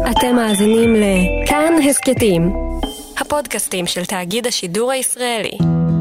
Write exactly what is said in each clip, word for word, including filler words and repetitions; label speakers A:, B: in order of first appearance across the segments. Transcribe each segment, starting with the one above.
A: אתם מאזינים לכאן הסקטים, הפודקאסטים של תאגיד השידור הישראלי.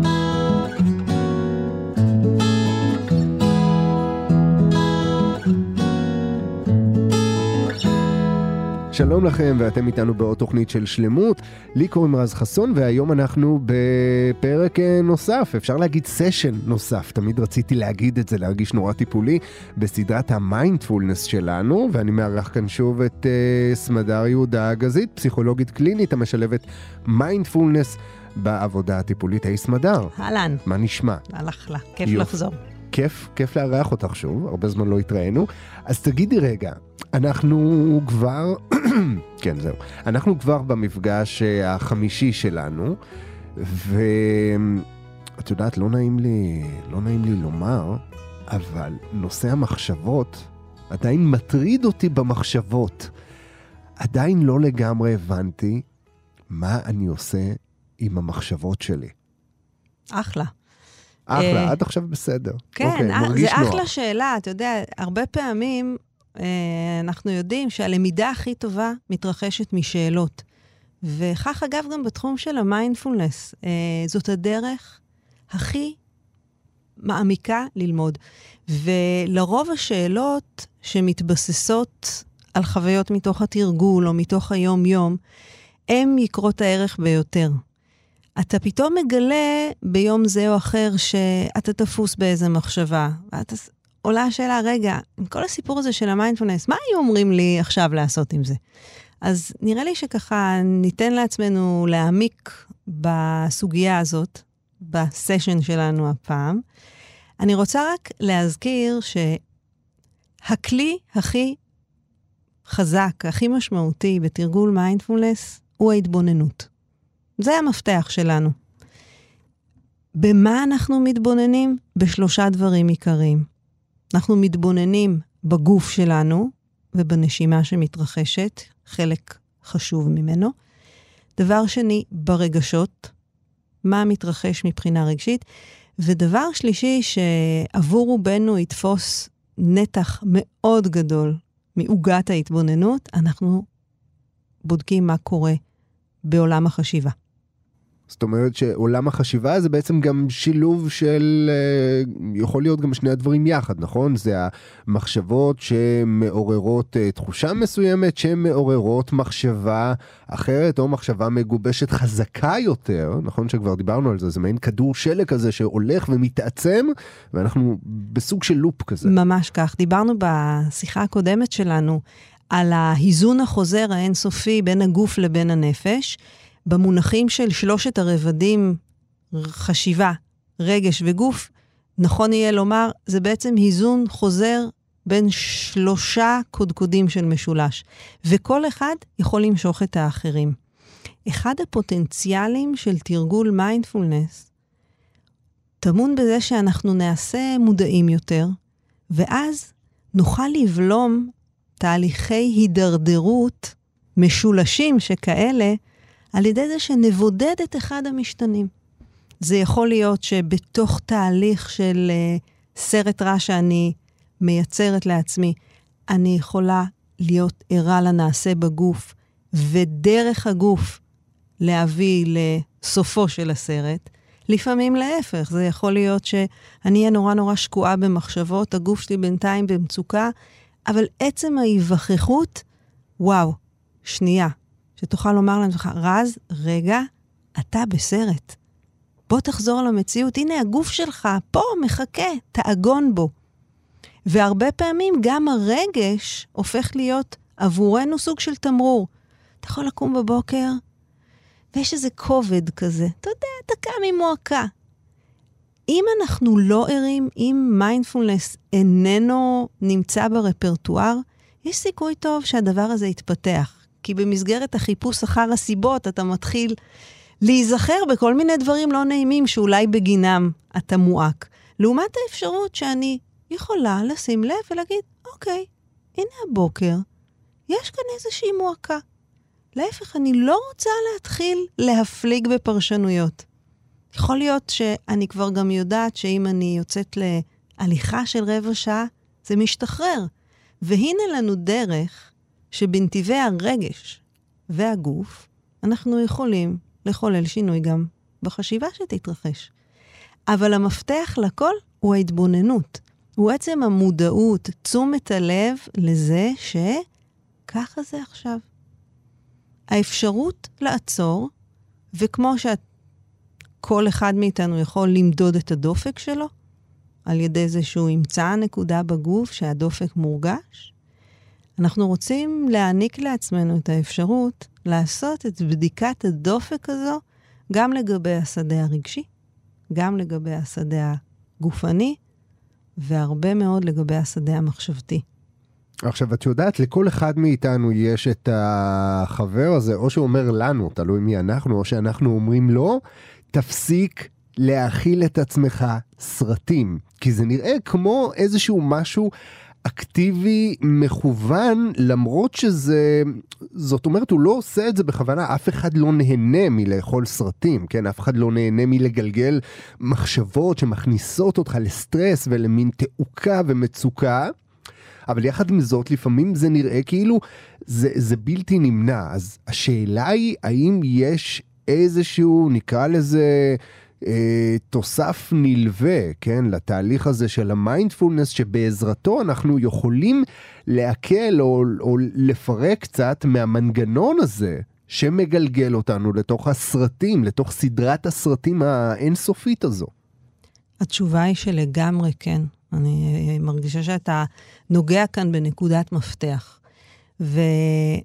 B: שלום לכם, ואתם איתנו בעוד תוכנית של שלמות. לי קוראים רז חסון, והיום אנחנו בפרק נוסף, אפשר להגיד סשן נוסף. תמיד רציתי להגיד את זה, להרגיש נורא טיפולי, בסדרת המיינדפולנס שלנו, ואני מארח כאן שוב את uh, סמדר יהודה גזית, פסיכולוגית קלינית המשלבת מיינדפולנס בעבודה הטיפולית. היי סמדר.
C: אהלן.
B: מה נשמע?
C: הלך לה, כיף יופ. לחזור.
B: כיף, כיף לארח אותך שוב, הרבה זמן לא התראינו. אז תגידי רגע, אנחנו כבר, כן זהו, אנחנו כבר במפגש החמישי שלנו, ואת יודעת, לא נעים לי, לא נעים לי לומר, אבל נושא המחשבות עדיין מטריד אותי במחשבות. עדיין לא לגמרי הבנתי מה אני עושה עם המחשבות שלי.
C: אחלה.
B: אחלה, עד עכשיו בסדר.
C: כן, זה אחלה שאלה. אתה יודע, הרבה פעמים אנחנו יודעים שהלמידה הכי טובה מתרחשת משאלות. וכך אגב גם בתחום של המיינדפולנס. זאת הדרך הכי מעמיקה ללמוד. ולרוב השאלות שמתבססות על חוויות מתוך התרגול או מתוך היום-יום, הם יקרות הערך ביותר. אתה פתאום מגלה ביום זה או אחר שאתה תפוס באיזה מחשבה. ואתה עולה השאלה, רגע, עם כל הסיפור הזה של המיינדפולנס, מה היו אומרים לי עכשיו לעשות עם זה? אז נראה לי שככה ניתן לעצמנו להעמיק בסוגיה הזאת, בסשן שלנו הפעם. אני רוצה רק להזכיר שהכלי הכי חזק, הכי משמעותי בתרגול מיינדפולנס, הוא ההתבוננות. זה המפתח שלנו. במה אנחנו מתבוננים? בשלושה דברים עיקריים. אנחנו מתבוננים בגוף שלנו ובנשימה שמתרחשת, חלק חשוב ממנו. דבר שני, ברגשות, מה מתרחש מבחינה רגשית. ודבר שלישי, שעבור רובנו יתפוס נתח מאוד גדול מעוגת ההתבוננות, אנחנו בודקים מה קורה בעולם החשיבה.
B: זאת אומרת שעולם החשיבה זה בעצם גם שילוב של, יכול להיות גם שני הדברים יחד, נכון? זה המחשבות שמעוררות תחושה מסוימת, שמעוררות מחשבה אחרת, או מחשבה מגובשת חזקה יותר, נכון שכבר דיברנו על זה, זה מעין כדור שלג כזה שהולך ומתעצם, ואנחנו בסוג של לופ כזה.
C: ממש כך, דיברנו בשיחה הקודמת שלנו, על ההיזון החוזר האינסופי בין הגוף לבין הנפש, במונחים של שלושת הרבדים, חשיבה, רגש וגוף, נכון יהיה לומר, זה בעצם היזון חוזר בין שלושה קודקודים של משולש, וכל אחד יכול למשוך את האחרים. אחד הפוטנציאלים של תרגול מיינדפולנס, טמון בזה שאנחנו נעשה מודעים יותר, ואז נוכל לבלום תהליכי הידרדרות משולשים שכאלה, על ידי זה שנבודד את אחד המשתנים. זה יכול להיות שבתוך תהליך של uh, סרט רע שאני מייצרת לעצמי, אני יכולה להיות ערה לנעשה בגוף, ודרך הגוף להביא לסופו של הסרט. לפעמים להפך, זה יכול להיות שאני אהיה נורא נורא שקועה במחשבות, הגוף שלי בינתיים במצוקה, אבל עצם ההיווכחות, וואו, שנייה, שתוכל לומר לנו, רז, רגע, אתה בסרט. בוא תחזור למציאות, הנה הגוף שלך, פה מחכה, תאגון בו. והרבה פעמים גם הרגש הופך להיות עבורנו סוג של תמרור. אתה יכול לקום בבוקר, ויש איזה כובד כזה. אתה יודע, אתה קם עם מועקה. אם אנחנו לא ערים, אם מיינדפולנס איננו נמצא ברפרטואר, יש סיכוי טוב שהדבר הזה יתפתח. כי במסגרת החיפוש אחר הסיבות, אתה מתחיל להיזכר בכל מיני דברים לא נעימים, שאולי בגינם אתה מועק. לעומת האפשרות שאני יכולה לשים לב ולהגיד, אוקיי, הנה הבוקר, יש כאן איזושהי מועקה. להפך, אני לא רוצה להתחיל להפליג בפרשנויות. יכול להיות שאני כבר גם יודעת שאם אני יוצאת להליכה של רבע שעה, זה משתחרר. והנה לנו דרך שבנתיבי הרגש והגוף, אנחנו יכולים לחולל שינוי גם בחשיבה שתתרחש. אבל המפתח לכל הוא ההתבוננות. הוא עצם המודעות, תשומת הלב לזה שככה זה עכשיו. האפשרות לעצור, וכמו שכל אחד מאיתנו יכול למדוד את הדופק שלו, על ידי זה שהוא ימצא נקודה בגוף שהדופק מורגש, אנחנו רוצים להעניק לעצמנו את האפשרות לעשות את בדיקת הדופק הזו גם לגבי השדה הרגשי, גם לגבי השדה הגופני, והרבה מאוד לגבי השדה המחשבתי.
B: עכשיו, את יודעת, לכל אחד מאיתנו יש את החבר הזה, או שאומר לנו, תלוי מי אנחנו, או שאנחנו אומרים לו, תפסיק להאכיל את עצמך סרטים. כי זה נראה כמו איזשהו משהו אקטיבי, מכוון, למרות שזה, זאת אומרת, הוא לא עושה את זה בכוונה, אף אחד לא נהנה מלאכול סרטים, כן? אף אחד לא נהנה מלגלגל מחשבות שמכניסות אותך לסטרס ולמין תעוקה ומצוקה, אבל יחד עם זאת, לפעמים זה נראה כאילו זה, זה בלתי נמנע. אז השאלה היא, האם יש איזשהו, נקרא לזה, אה, תוסף נלווה, כן, לתהליך הזה של המיינדפולנס, שבעזרתו אנחנו יכולים להקל או, או לפרק קצת מהמנגנון הזה, שמגלגל אותנו לתוך הסרטים, לתוך סדרת הסרטים האינסופית הזו. התשובה
C: היא שלגמרי כן. אני מרגישה שאתה נוגע כאן בנקודת מפתח. ואני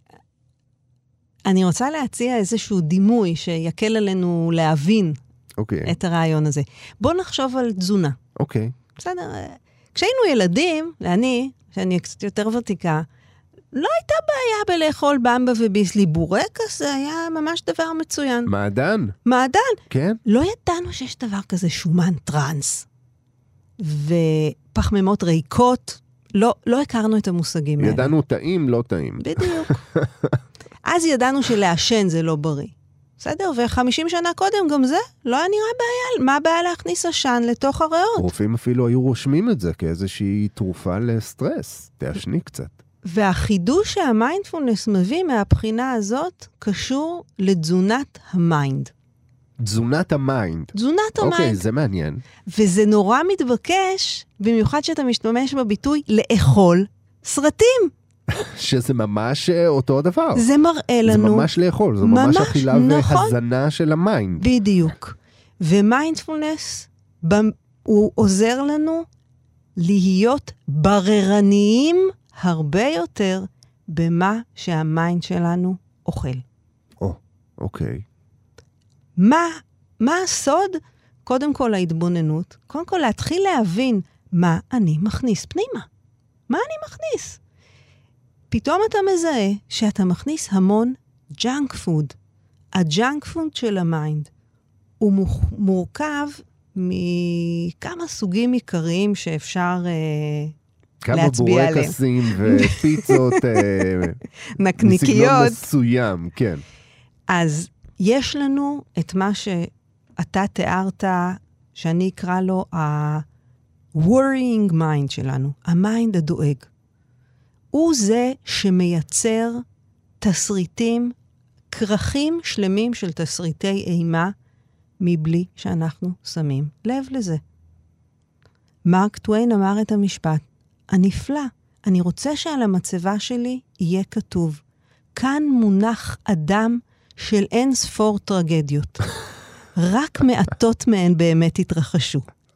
C: רוצה להציע איזשהו דימוי שיקל עלינו להבין okay. את הרעיון הזה. בוא נחשוב על תזונה.
B: אוקיי. Okay.
C: בסדר. כשהיינו ילדים, ואני, שאני קצת יותר ותיקה, לא הייתה בעיה בלאכול במבה וביסלי. בורקס זה היה ממש דבר מצוין.
B: מעדן.
C: מעדן.
B: כן.
C: לא ידענו שיש דבר כזה שומן טרנס. ופחמימות ריקות, לא, לא הכרנו את המושגים האלה.
B: ידענו טעים, לא טעים.
C: בדיוק. אז ידענו שלעשן זה לא בריא. בסדר? ו-חמישים שנה קודם גם זה לא היה נראה בעיה. מה הבעיה להכניס עשן לתוך הריאות?
B: רופאים אפילו היו רושמים את זה כאיזושהי תרופה לסטרס. תעשני קצת.
C: והחידוש שהמיינדפולנס מביא מהבחינה הזאת קשור לתזונת המיינד.
B: תזונת המיינד.
C: תזונת המיינד.
B: אוקיי, זה מעניין.
C: וזה נורא מתבקש, במיוחד שאתה משתמש בביטוי לאכול סרטים.
B: שזה ממש אותו הדבר.
C: זה מראה לנו.
B: זה ממש לאכול, זו ממש, ממש אכילה נכון. והזנה של המיינד.
C: בדיוק. ומיינדפולנס, הוא עוזר לנו להיות בררניים הרבה יותר במה שהמיינד שלנו אוכל.
B: או, אוקיי.
C: מה, מה הסוד? קודם כל ההתבוננות, קודם כל להתחיל להבין מה אני מכניס פנימה. מה אני מכניס? פתאום אתה מזהה שאתה מכניס המון ג'אנק פוד. הג'אנק פוד של המיינד הוא מורכב מכמה סוגים עיקריים שאפשר אה, להצביע עליהם.
B: כמה בורקסים ופיצות אה,
C: נקניקיות.
B: מסגנון מסוים, כן.
C: אז יש לנו את מה שאתה תיארת, שאני אקרא לו ה-worrying mind שלנו, המיינד הדואג. הוא זה שמייצר תסריטים, כרכים שלמים של תסריטי אימה, מבלי שאנחנו שמים לב לזה. מרק טוויין אמר את המשפט, הנפלא, אני רוצה שעל המצבה שלי יהיה כתוב, כאן מונח אדם של אין ספור טרגדיות. רק מעטות מהן באמת התרחשו.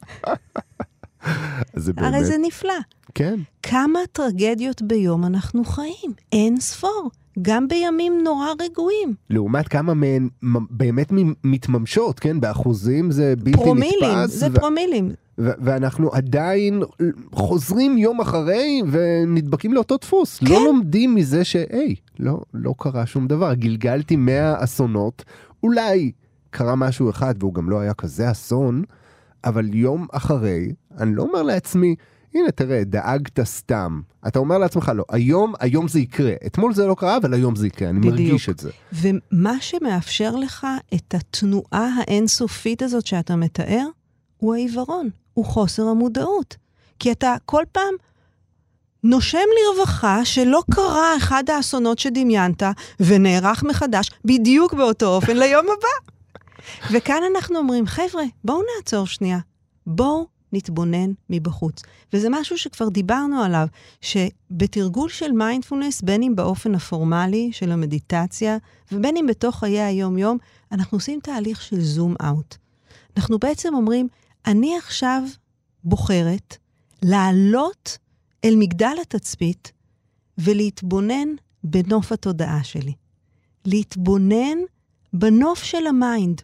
B: זה באמת...
C: הרי זה נפלא.
B: כן.
C: כמה טרגדיות ביום אנחנו חיים? אין ספור. גם בימים נורא רגועים.
B: לעומת כמה מהן באמת מתממשות, כן? באחוזים זה בלתי נתפס.
C: פרומילים, זה
B: ו...
C: פרומילים.
B: ו- ואנחנו עדיין חוזרים יום אחרי ונדבקים לאותו דפוס. כן. לא לומדים מזה שהי, לא, לא קרה שום דבר. גלגלתי מאה אסונות, אולי קרה משהו אחד והוא גם לא היה כזה אסון, אבל יום אחרי, אני לא אומר לעצמי, הנה תראה, דאגת סתם. אתה אומר לעצמך, לא, היום, היום זה יקרה. אתמול זה לא קרה, אבל היום זה יקרה. אני בדיוק. מרגיש את זה.
C: ומה שמאפשר לך את התנועה האינסופית הזאת שאתה מתאר, הוא העיוורון, הוא חוסר המודעות. כי אתה כל פעם נושם לרווחה שלא קרה אחד האסונות שדמיינת, ונערך מחדש בדיוק באותו אופן ליום הבא. וכאן אנחנו אומרים, חבר'ה, בואו נעצור שנייה, בואו נתבונן מבחוץ. וזה משהו שכבר דיברנו עליו, שבתרגול של מיינדפולנס, בין אם באופן הפורמלי של המדיטציה, ובין אם בתוך חיי היום-יום, אנחנו עושים תהליך של זום אאוט. אנחנו בעצם אומרים, אני עכשיו בוחרת לעלות אל מגדל התצפית, ולהתבונן בנוף התודעה שלי. להתבונן בנוף של המיינד.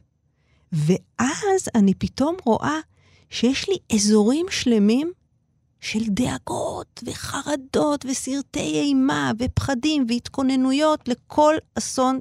C: ואז אני פתאום רואה שיש לי אזורים שלמים של דאגות וחרדות וסרטי אימה ופחדים והתכוננויות לכל אסון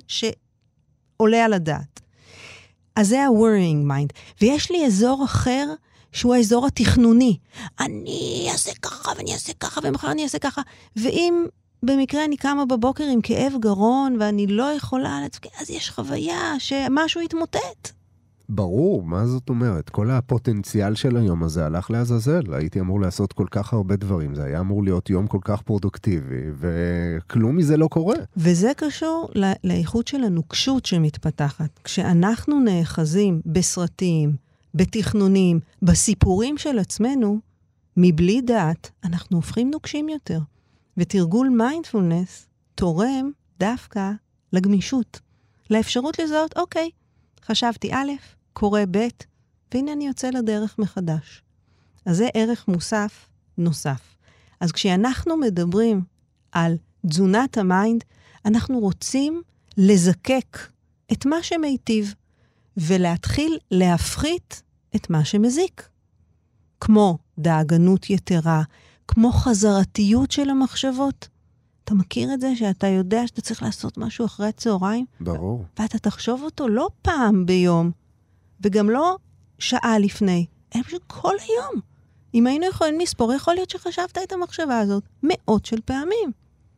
C: שעולה על הדעת. אז זה ה-worrying mind. ויש לי אזור אחר שהוא האזור התכנוני. אני אעשה ככה ואני אעשה ככה ומחר אני אעשה ככה. ואם במקרה אני קמה בבוקר עם כאב גרון ואני לא יכולה, אז יש חוויה שמשהו יתמוטט.
B: ברור, מה זאת אומרת? כל הפוטנציאל של היום הזה הלך לעזאזל. הייתי אמור לעשות כל כך הרבה דברים. זה היה אמור להיות יום כל כך פרודוקטיבי, וכלום מזה לא קורה.
C: וזה קשור לא, לאיכות של הנוקשות שמתפתחת. כשאנחנו נאחזים בסרטים, בתכנונים, בסיפורים של עצמנו, מבלי דעת, אנחנו הופכים נוקשים יותר. ותרגול מיינדפולנס תורם דווקא לגמישות. לאפשרות לזהות, אוקיי, חשבתי א', קורא ב', והנה אני יוצא לדרך מחדש. אז זה ערך מוסף נוסף. אז כשאנחנו מדברים על תזונת המיינד, אנחנו רוצים לזקק את מה שמיטיב, ולהתחיל להפחית את מה שמזיק. כמו דאגנות יתרה, כמו חזרתיות של המחשבות. אתה מכיר את זה שאתה יודע שאתה צריך לעשות משהו אחרי צהריים?
B: ברור.
C: ואתה תחשוב אותו לא פעם ביום, וגם לא שעה לפני, אלא פשוט כל היום. אם היינו יכולים לספור, יכול להיות שחשבת את המחשבה הזאת מאות של פעמים.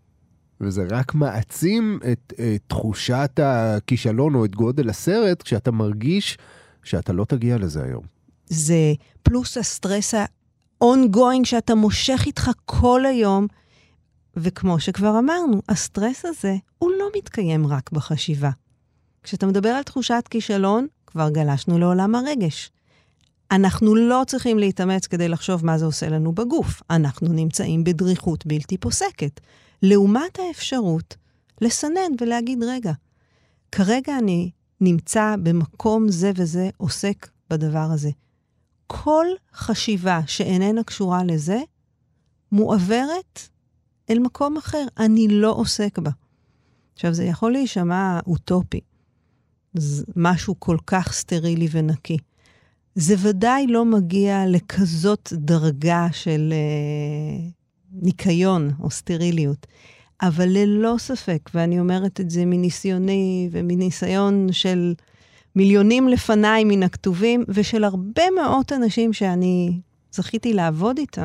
B: וזה רק מעצים את, את תחושת הכישלון או את גודל הסרט, כשאתה מרגיש שאתה לא תגיע לזה היום.
C: זה פלוס הסטרס ה-ongoing שאתה מושך איתך כל היום, וכמו שכבר אמרנו, הסטרס הזה הוא לא מתקיים רק בחשיבה. כשאתה מדבר על תחושת כישלון, כבר גלשנו לעולם הרגש. אנחנו לא צריכים להתאמץ כדי לחשוב מה זה עושה לנו בגוף. אנחנו נמצאים בדריכות בלתי פוסקת. לעומת האפשרות לסנן ולהגיד, רגע, כרגע אני נמצא במקום זה וזה עוסק בדבר הזה. כל חשיבה שאיננה קשורה לזה, מועברת אל מקום אחר. אני לא עוסק בה. עכשיו, זה יכול להישמע אוטופי. זה משהו כל כך סטרילי ונקי. זה ודאי לא מגיע לכזאת דרגה של אה, ניקיון או סטריליות. אבל ללא ספק, ואני אומרת את זה מניסיוני ומניסיון של מיליונים לפניי מן הכתובים, ושל הרבה מאות אנשים שאני זכיתי לעבוד איתם,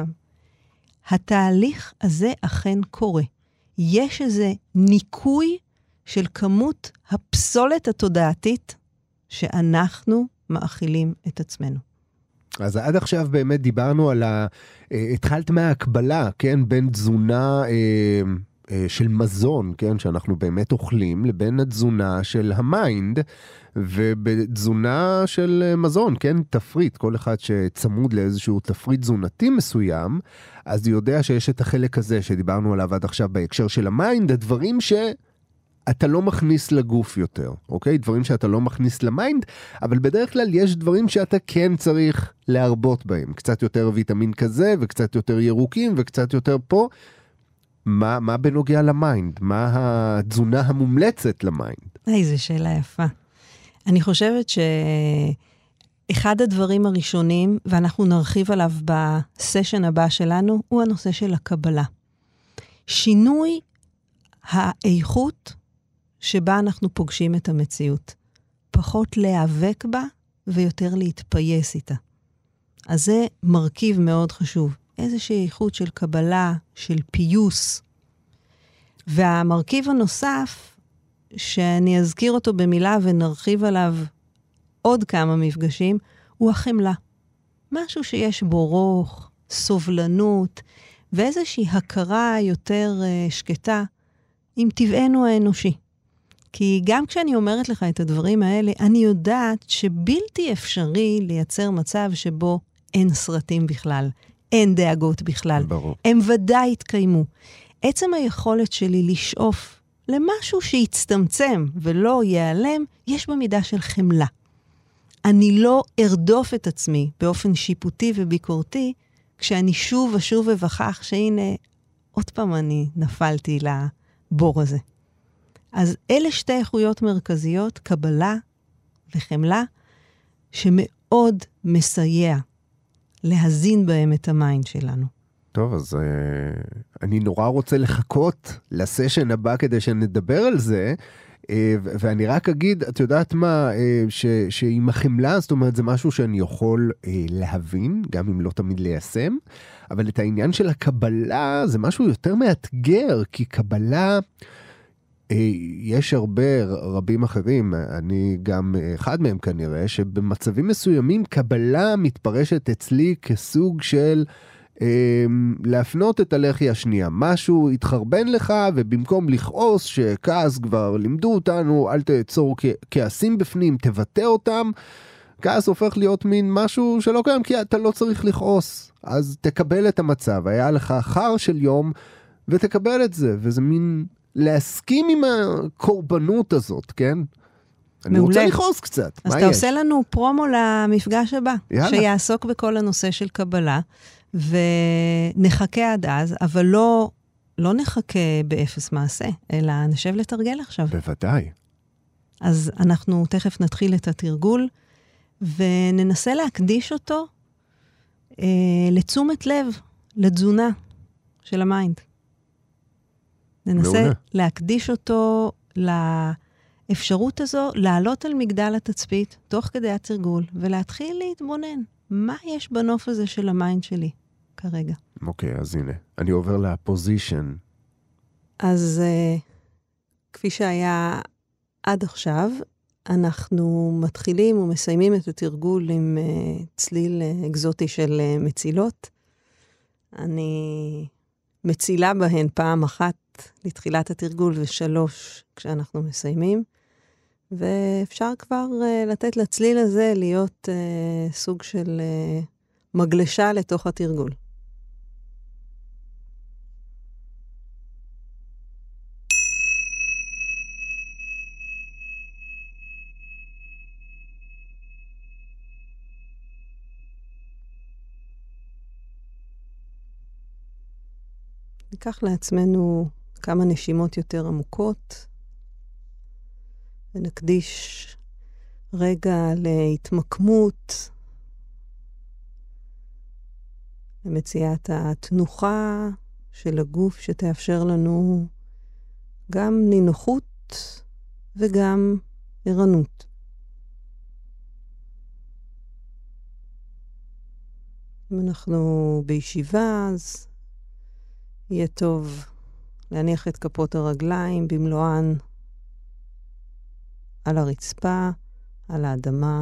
C: התהליך הזה אכן קורה. יש איזה ניקוי של כמות הפסולת התודעתית שאנחנו מאכילים את עצמנו.
B: אז עד עכשיו באמת דיברנו על ה... התחלת מההקבלה, כן? בין תזונה אה, אה, של מזון, כן? שאנחנו באמת אוכלים, לבין התזונה של המיינד, ובתזונה של מזון, כן? תפריט, כל אחד שצמוד לאיזשהו תפריט תזונתי מסוים, אז יודע שיש את החלק הזה שדיברנו עליו עד עכשיו בהקשר של המיינד, הדברים ש... אתה לא מכניס לגוף יותר, אוקיי? דברים שאתה לא מכניס למיינד, אבל בדרך כלל יש דברים שאתה כן צריך להרבות בהם. קצת יותר ויטמין כזה, וקצת יותר ירוקים, וקצת יותר פה. מה, מה בנוגע למיינד? מה התזונה המומלצת למיינד?
C: איזו שאלה יפה. אני חושבת שאחד הדברים הראשונים, ואנחנו נרחיב עליו בסשן הבא שלנו, הוא הנושא של הקבלה. שינוי האיכות שבה אנחנו פוגשים את המציאות. פחות להיאבק בה ויותר להתפייס איתה. אז זה מרכיב מאוד חשוב. איזושהי איכות של קבלה, של פיוס. והמרכיב הנוסף, שאני אזכיר אותו במילה ונרחיב עליו עוד כמה מפגשים, הוא החמלה. משהו שיש בו רוך, סובלנות, ואיזושהי הכרה יותר uh, שקטה עם טבענו האנושי. כי גם כשאני אומרת לך את הדברים האלה, אני יודעת שבלתי אפשרי לייצר מצב שבו אין סרטים בכלל, אין דאגות בכלל.
B: ברור.
C: הם ודאי יתקיימו. עצם היכולת שלי לשאוף למשהו שיצטמצם ולא ייעלם, יש במידה של חמלה. אני לא ארדוף את עצמי באופן שיפוטי וביקורתי, כשאני שוב ושוב ובכך שהנה, עוד פעם אני נפלתי לבור הזה. אז אלה שתי איכויות מרכזיות, קבלה וחמלה, שמאוד מסייע להזין בהם את המיינד שלנו.
B: טוב, אז uh, אני נורא רוצה לחכות לסשן הבא כדי שנדבר על זה, uh, ואני רק אגיד, את יודעת מה, uh, ש, שעם החמלה, זאת אומרת, זה משהו שאני יכול uh, להבין, גם אם לא תמיד ליישם, אבל את העניין של הקבלה, זה משהו יותר מאתגר, כי קבלה, uh, יש הרבה רבים אחרים, אני גם אחד מהם כנראה, שבמצבים מסוימים קבלה מתפרשת אצלי כסוג של להפנות את הלחי השנייה. משהו התחרבן לך, ובמקום לכעוס שכעס כבר לימדו אותנו, אל תעצור כעסים בפנים, תבטא אותם, כעס הופך להיות מין משהו שלא קיים, כי אתה לא צריך לכעוס. אז תקבל את המצב. היה לך חר של יום, ותקבל את זה. וזה מין להסכים עם הקורבנות הזאת, כן? אני רוצה לכעוס קצת.
C: אז אתה עושה לנו פרומו למפגש הבא, שיעסוק בכל הנושא של קבלה, ונחכה עד אז, אבל לא, לא נחכה באפס מעשה, אלא נשב לתרגל עכשיו.
B: בוודאי.
C: אז אנחנו תכף נתחיל את התרגול, וננסה להקדיש אותו אה, לתשומת לב, לתזונה של המיינד. ננסה מעולה. להקדיש אותו לאפשרות הזו, לעלות על מגדל התצפית, תוך כדי התרגול, ולהתחיל להתבונן. מה יש בנוף הזה של המיינד שלי כרגע?
B: אוקיי, אז הנה, אני עובר לפוזישן.
C: אז uh, כפי שהיה עד עכשיו, אנחנו מתחילים ומסיימים את התרגול עם uh, צליל uh, אקזוטי של uh, מצילות. אני מצילה בהן פעם אחת לתחילת התרגול ושלוש כשאנחנו מסיימים. ואפשר כבר uh, לתת לצליל הזה להיות uh, סוג של uh, מגלשה לתוך התרגול. ניקח לעצמנו כמה נשימות יותר עמוקות, ונקדיש רגע להתמקמות, למציאת התנוחה של הגוף שתאפשר לנו גם נינוחות וגם ערנות. אם אנחנו בישיבה, אז יהיה טוב להניח את כפות הרגליים במלואן על הרצפה, על האדמה,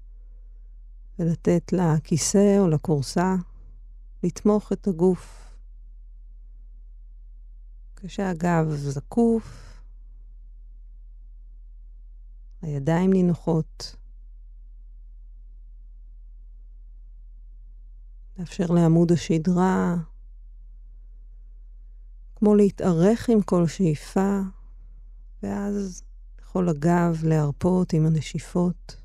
C: ולתת לכיסא או לקורסה לתמוך את הגוף. כשהגב זקוף, הידיים נינוחות. לאפשר לעמוד השדרה, כמו להתארך עם כל שאיפה, ואז יכול הגב להרפות עם הנשיפות.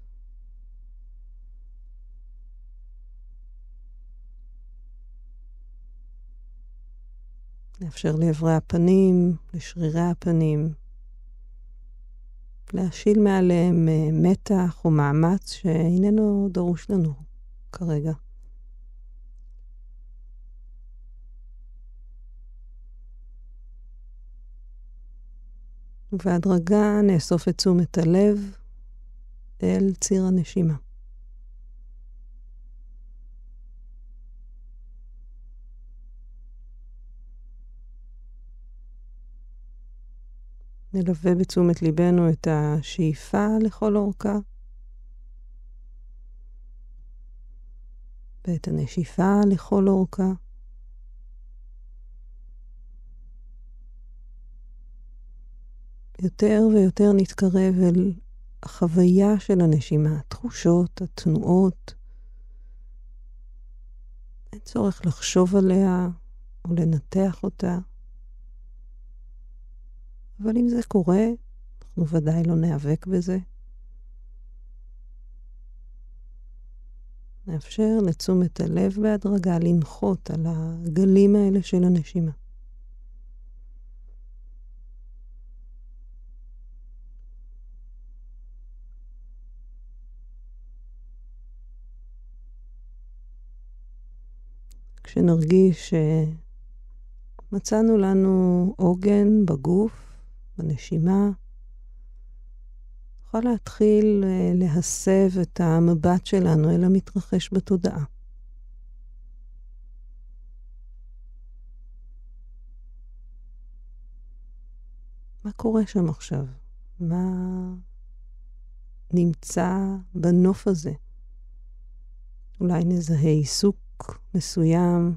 C: לאפשר לעברי הפנים, לשרירי הפנים, להשיל מעליהם מתח או מאמץ שאיננו דרוש לנו כרגע. ובהדרגה נאסוף את תשומת הלב אל ציר הנשימה. נלווה בתשומת ליבנו את השאיפה לכל אורכה, ואת הנשיפה לכל אורכה. יותר ויותר נתקרב אל החוויה של הנשימה, התחושות, התנועות. אין צורך לחשוב עליה או לנתח אותה. אבל אם זה קורה, אנחנו ודאי לא ניאבק בזה. נאפשר לתשומת הלב בהדרגה לנחות על הגלים האלה של הנשימה. כשנרגיש שמצאנו לנו עוגן בגוף, בנשימה, נוכל להתחיל להסב את המבט שלנו אל המתרחש בתודעה. מה קורה שם עכשיו? מה נמצא בנוף הזה? אולי נזהה עיסוק מסוים,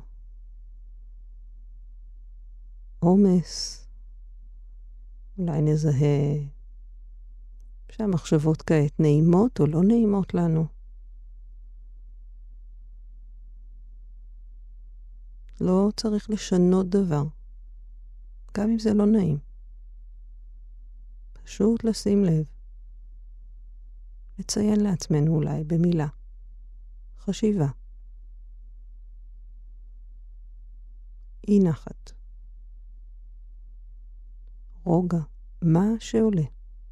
C: עומס, אולי נזהה שהמחשבות כעת נעימות או לא נעימות לנו. לא צריך לשנות דבר, גם אם זה לא נעים. פשוט לשים לב. לציין לעצמנו אולי במילה. חשיבה. אי נחת. רוגע. מה שעולה.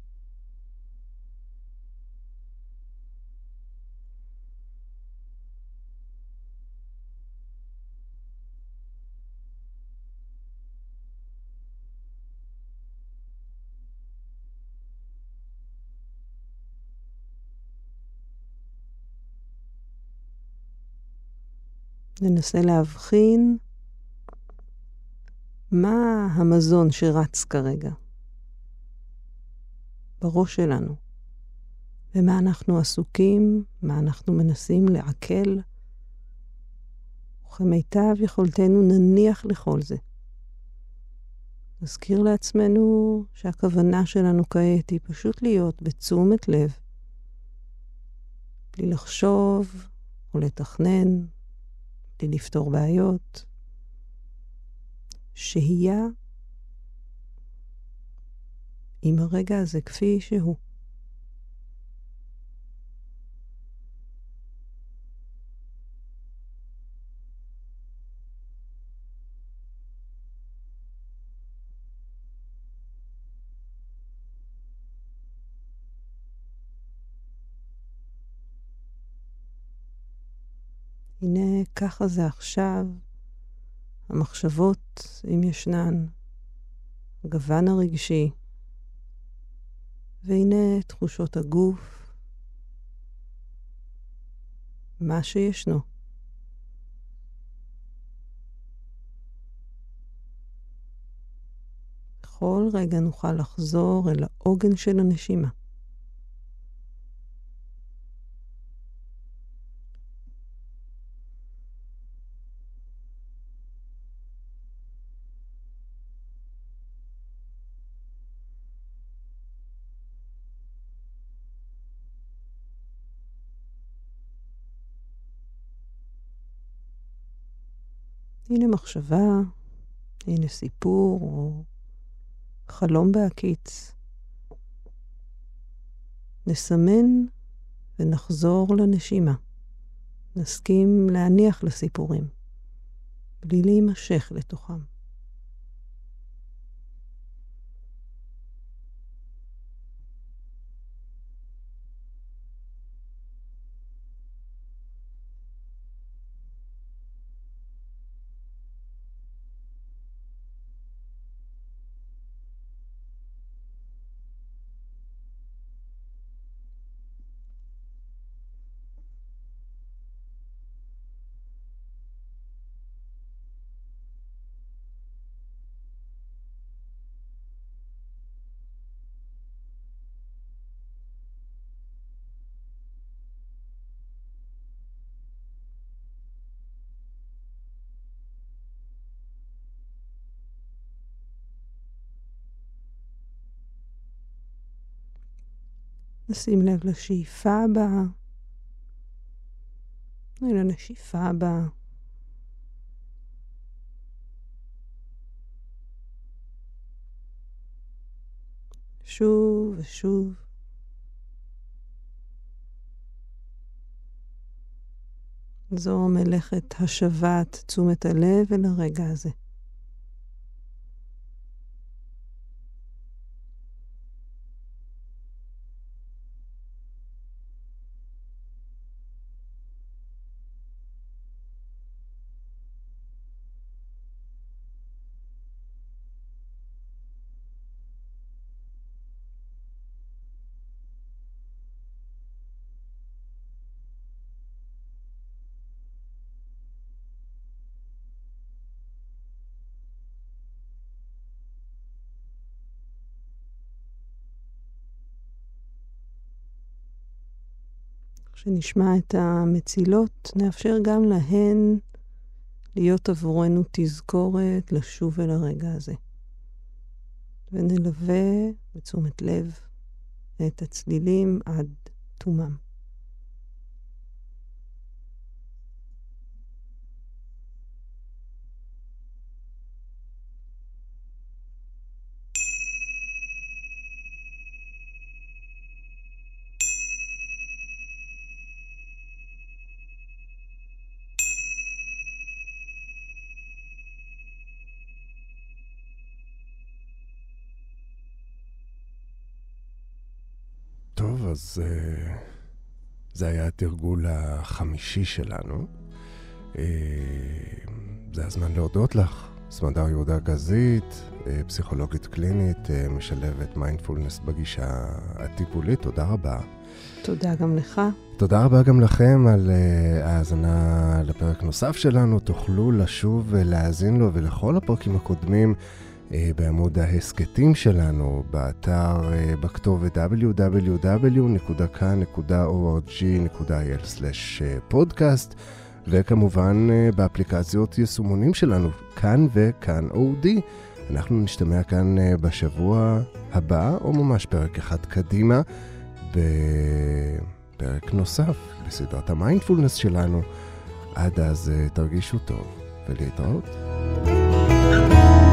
C: ננסה להבחין מה המזון שרץ כרגע בראש שלנו, ומה אנחנו עסוקים, מה אנחנו מנסים לעכל, וכמיטב יכולתנו נניח לכל זה. נזכיר לעצמנו שהכוונה שלנו כעת היא פשוט להיות בתשומת לב, בלי לחשוב או לתכנן, בלי לפתור בעיות. שהייה עם הרגע הזה כפי שהוא. הנה ככה זה עכשיו. המחשבות, אם ישנן, הגוון הרגשי, והנה תחושות הגוף, מה שישנו. בכל רגע נוכל לחזור אל העוגן של הנשימה. הנה מחשבה, הנה סיפור או חלום בהקיץ. נסמן ונחזור לנשימה. נסכים להניח לסיפורים, בלי להימשך לתוכם. נשים לב לשאיפה הבאה, ולנשיפה הבאה. שוב ושוב. זו מלאכת השבת תשומת הלב אל הרגע הזה. כשנשמע את המצילות, נאפשר גם להן להיות עבורנו תזכורת לשוב אל הרגע הזה. ונלווה בתשומת לב את הצלילים עד תומם.
B: טוב, אז uh, זה היה התרגול החמישי שלנו. Uh, זה הזמן להודות לך. סמדר יהודה גזית, uh, פסיכולוגית קלינית, uh, משלבת מיינדפולנס בגישה הטיפולית. תודה רבה.
C: תודה גם לך.
B: תודה רבה גם לכם על uh, ההאזנה לפרק נוסף שלנו. תוכלו לשוב ולהאזין לו ולכל הפרקים הקודמים בעמוד ההסקטים שלנו, באתר, בכתובת דאבליו דאבליו דאבליו נקודה כאן נקודה או אר ג'י נקודה איי אל סלש פודקאסט, וכמובן באפליקציות יישומונים שלנו, כאן וכאן אודי. אנחנו נשתמע כאן בשבוע הבא, או ממש פרק אחד קדימה, בפרק נוסף בסדרת המיינדפולנס שלנו. עד אז תרגישו טוב ולהתראות.